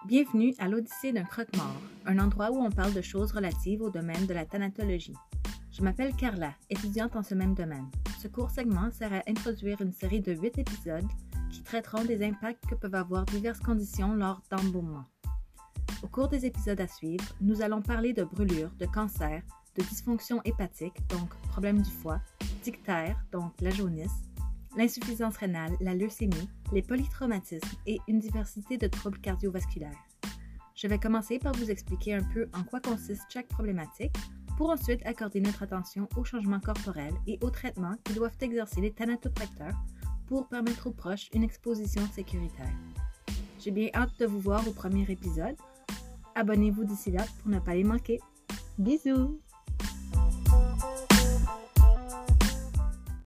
Bienvenue à l'Odyssée d'un croque-mort, un endroit où on parle de choses relatives au domaine de la thanatologie. Je m'appelle Carla, étudiante en ce même domaine. Ce court segment sert à introduire une série de 8 épisodes qui traiteront des impacts que peuvent avoir diverses conditions lors d'embaumement. Au cours des épisodes à suivre, nous allons parler de brûlures, de cancer, de dysfonction hépatique, donc problème du foie, d'ictère, donc la jaunisse, l'insuffisance rénale, la leucémie, les polytraumatismes et une diversité de troubles cardiovasculaires. Je vais commencer par vous expliquer un peu en quoi consiste chaque problématique pour ensuite accorder notre attention aux changements corporels et aux traitements qui doivent exercer les thanatopracteurs pour permettre aux proches une exposition sécuritaire. J'ai bien hâte de vous voir au premier épisode. Abonnez-vous d'ici là pour ne pas les manquer. Bisous!